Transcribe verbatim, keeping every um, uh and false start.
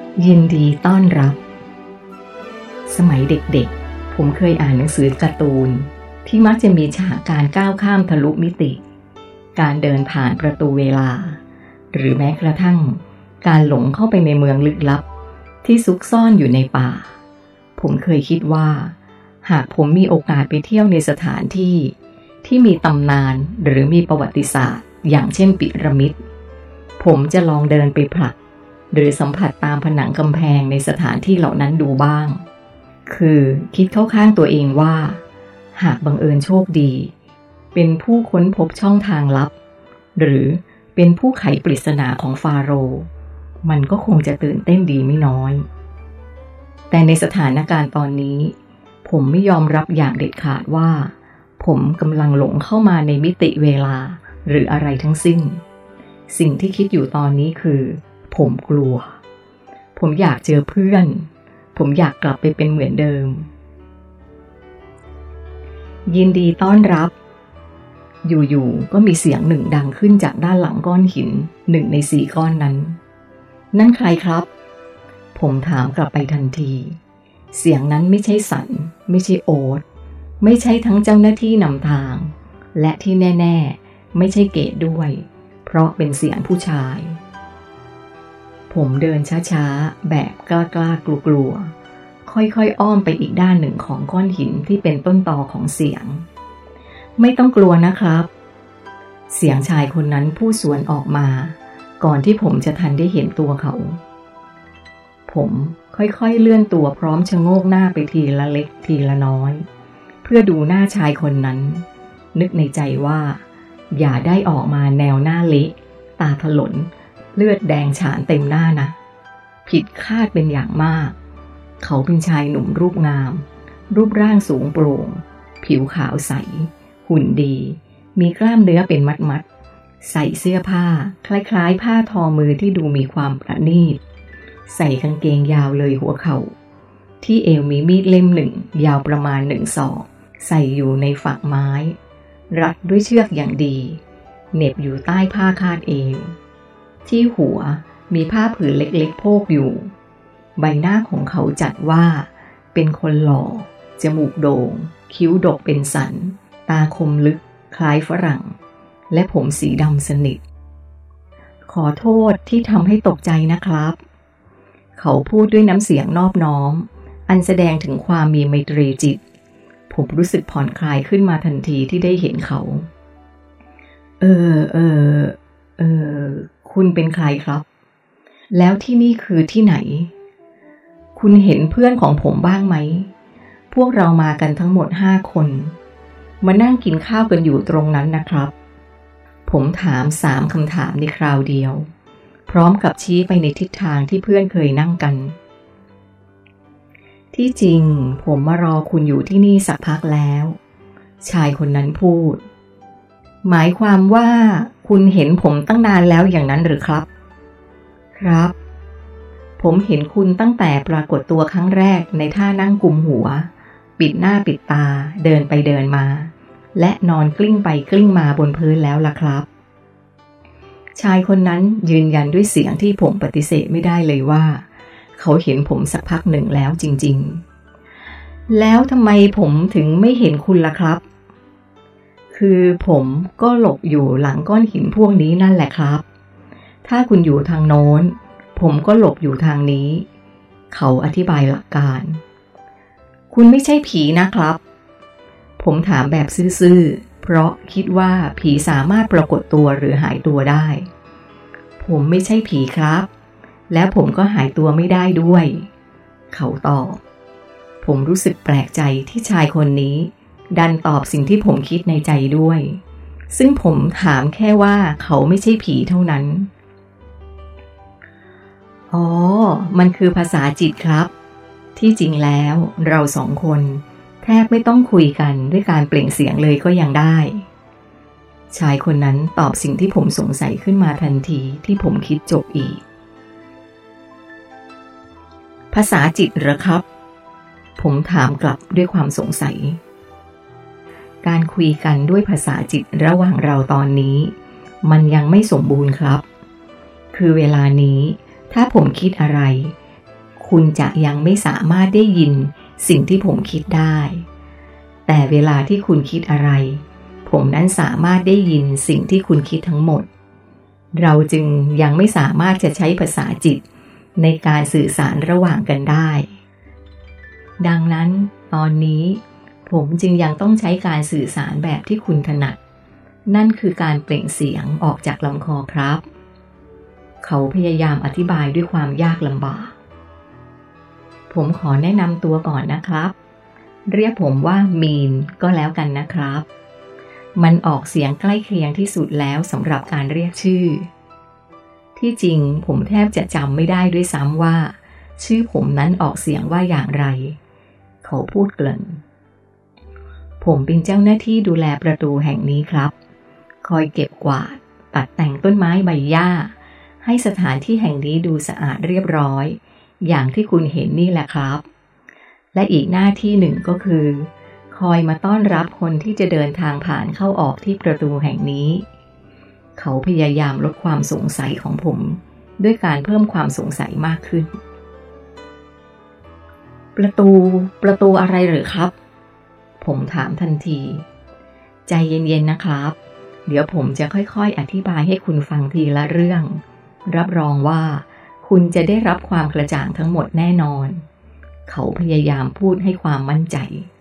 ยินดีต้อนรับสมัยเด็กๆผมเคยอ่านหนังสือการ์ตูนที่มักจะมีฉากการก้าวข้ามทะลุมิติการเดินผ่านประตูเวลาหรือแม้กระทั่งการหลงเข้าไปในเมืองลึกลับที่ซุกซ่อนอยู่ในป่าผมเคยคิดว่าหากผมมีโอกาสไปเที่ยวในสถานที่ที่มีตำนานหรือมีประวัติศาสตร์อย่างเช่นปิรามิดผมจะลองเดินไปผลักหรือสัมผัสตามผนังกำแพงในสถานที่เหล่านั้นดูบ้างคือคิดเข้าข้างตัวเองว่าหากบังเอิญโชคดีเป็นผู้ค้นพบช่องทางลับหรือเป็นผู้ไขปริศนาของฟาโรห์มันก็คงจะตื่นเต้นดีไม่น้อยแต่ในสถานการณ์ตอนนี้ผมไม่ยอมรับอย่างเด็ดขาดว่าผมกำลังหลงเข้ามาในมิติเวลาหรืออะไรทั้งสิ้นสิ่งที่คิดอยู่ตอนนี้คือผมกลัวผมอยากเจอเพื่อนผมอยากกลับไปเป็นเหมือนเดิมยินดีต้อนรับอยู่ๆก็มีเสียงหนึ่งดังขึ้นจากด้านหลังก้อนหินหนึ่งในสี่ก้อนนั้นนั่นใครครับผมถามกลับไปทันทีเสียงนั้นไม่ใช่สันไม่ใช่โอ๊ตไม่ใช่ทั้งเจ้าหน้าที่นำทางและที่แน่ๆไม่ใช่เกดด้วยเพราะเป็นเสียงผู้ชายผมเดินช้าๆแบบกล้าๆกลัวๆค่อยๆอ้อมไปอีกด้านหนึ่งของก้อนหินที่เป็นต้นตอของเสียงไม่ต้องกลัวนะครับเสียงชายคนนั้นพูดสวนออกมาก่อนที่ผมจะทันได้เห็นตัวเขาผมค่อยๆเลื่อนตัวพร้อมชะโงกหน้าไปทีละเล็กทีละน้อยเพื่อดูหน้าชายคนนั้นนึกในใจว่าอย่าได้ออกมาแนวหน้าเละตาถลนเลือดแดงฉานเต็มหน้านะผิดคาดเป็นอย่างมากเขาเป็นชายหนุ่มรูปงามรูปร่างสูงโปร่งผิวขาวใสหุ่นดีมีกล้ามเนื้อเป็นมัดๆใส่เสื้อผ้าคล้ายๆผ้าทอมือที่ดูมีความประณีตใส่กางเกงยาวเลยหัวเข่าที่เอวมีมีดเล่มหนึ่งยาวประมาณหนึ่งศอกใส่อยู่ในฝักไม้รัดด้วยเชือกอย่างดีเหน็บอยู่ใต้ผ้าคาดเอวที่หัวมีผ้าผืนเล็กๆโพกอยู่ใบหน้าของเขาจัดว่าเป็นคนหล่อจมูกโด่งคิ้วดกเป็นสันตาคมลึกคล้ายฝรั่งและผมสีดำสนิทขอโทษที่ทำให้ตกใจนะครับเขาพูดด้วยน้ำเสียงนอบน้อมอันแสดงถึงความมีไมตรีจิตผมรู้สึกผ่อนคลายขึ้นมาทันทีที่ได้เห็นเขาเออเออเออคุณเป็นใครครับแล้วที่นี่คือที่ไหนคุณเห็นเพื่อนของผมบ้างไหมพวกเรามากันทั้งหมดห้าคนมานั่งกินข้าวกันอยู่ตรงนั้นนะครับผมถามสามคำถามในคราวเดียวพร้อมกับชี้ไปในทิศทางที่เพื่อนเคยนั่งกันที่จริงผมมารอคุณอยู่ที่นี่สักพักแล้วชายคนนั้นพูดหมายความว่าคุณเห็นผมตั้งนานแล้วอย่างนั้นหรือครับครับผมเห็นคุณตั้งแต่ปรากฏตัวครั้งแรกในท่านั่งกุมหัวปิดหน้าปิดตาเดินไปเดินมาและนอนกลิ้งไปกลิ้งมาบนพื้นแล้วล่ะครับชายคนนั้นยืนยันด้วยเสียงที่ผมปฏิเสธไม่ได้เลยว่าเขาเห็นผมสักพักหนึ่งแล้วจริงๆแล้วทำไมผมถึงไม่เห็นคุณล่ะครับคือผมก็หลบอยู่หลังก้อนหินพวกนี้นั่นแหละครับถ้าคุณอยู่ทางโน้นผมก็หลบอยู่ทางนี้เขาอธิบายหลักการคุณไม่ใช่ผีนะครับผมถามแบบซื่อๆเพราะคิดว่าผีสามารถปรากฏตัวหรือหายตัวได้ผมไม่ใช่ผีครับและผมก็หายตัวไม่ได้ด้วยเขาตอบผมรู้สึกแปลกใจที่ชายคนนี้ดันตอบสิ่งที่ผมคิดในใจด้วยซึ่งผมถามแค่ว่าเขาไม่ใช่ผีเท่านั้นอ๋อมันคือภาษาจิตครับที่จริงแล้วเราสองคนแทบไม่ต้องคุยกันด้วยการเปล่งเสียงเลยก็ยังได้ชายคนนั้นตอบสิ่งที่ผมสงสัยขึ้นมาทันทีที่ผมคิดจบอีกภาษาจิตเหรอครับผมถามกลับด้วยความสงสัยการคุยกันด้วยภาษาจิตระหว่างเราตอนนี้มันยังไม่สมบูรณ์ครับคือเวลานี้ถ้าผมคิดอะไรคุณจะยังไม่สามารถได้ยินสิ่งที่ผมคิดได้แต่เวลาที่คุณคิดอะไรผมนั้นสามารถได้ยินสิ่งที่คุณคิดทั้งหมดเราจึงยังไม่สามารถจะใช้ภาษาจิตในการสื่อสารระหว่างกันได้ดังนั้นตอนนี้ผมจึงยังต้องใช้การสื่อสารแบบที่คุณถนัดนั่นคือการเปล่งเสียงออกจากลำคอครับเขาพยายามอธิบายด้วยความยากลำบากผมขอแนะนำตัวก่อนนะครับเรียกผมว่ามีนก็แล้วกันนะครับมันออกเสียงใกล้เคียงที่สุดแล้วสำหรับการเรียกชื่อที่จริงผมแทบจะจำไม่ได้ด้วยซ้ำว่าชื่อผมนั้นออกเสียงว่าอย่างไรเขาพูดเกริ่นผมเป็นเจ้าหน้าที่ดูแลประตูแห่งนี้ครับคอยเก็บกวาดตัดแต่งต้นไม้ใบหญ้าให้สถานที่แห่งนี้ดูสะอาดเรียบร้อยอย่างที่คุณเห็นนี่แหละครับและอีกหน้าที่หนึ่งก็คือคอยมาต้อนรับคนที่จะเดินทางผ่านเข้าออกที่ประตูแห่งนี้เขาพยายามลดความสงสัยของผมด้วยการเพิ่มความสงสัยมากขึ้นประตูประตูอะไรหรือครับผมถามทันทีใจเย็นๆนะครับเดี๋ยวผมจะค่อยๆอธิบายให้คุณฟังทีละเรื่องรับรองว่าคุณจะได้รับความกระจ่างทั้งหมดแน่นอนเขาพยายามพูดให้ความมั่นใจ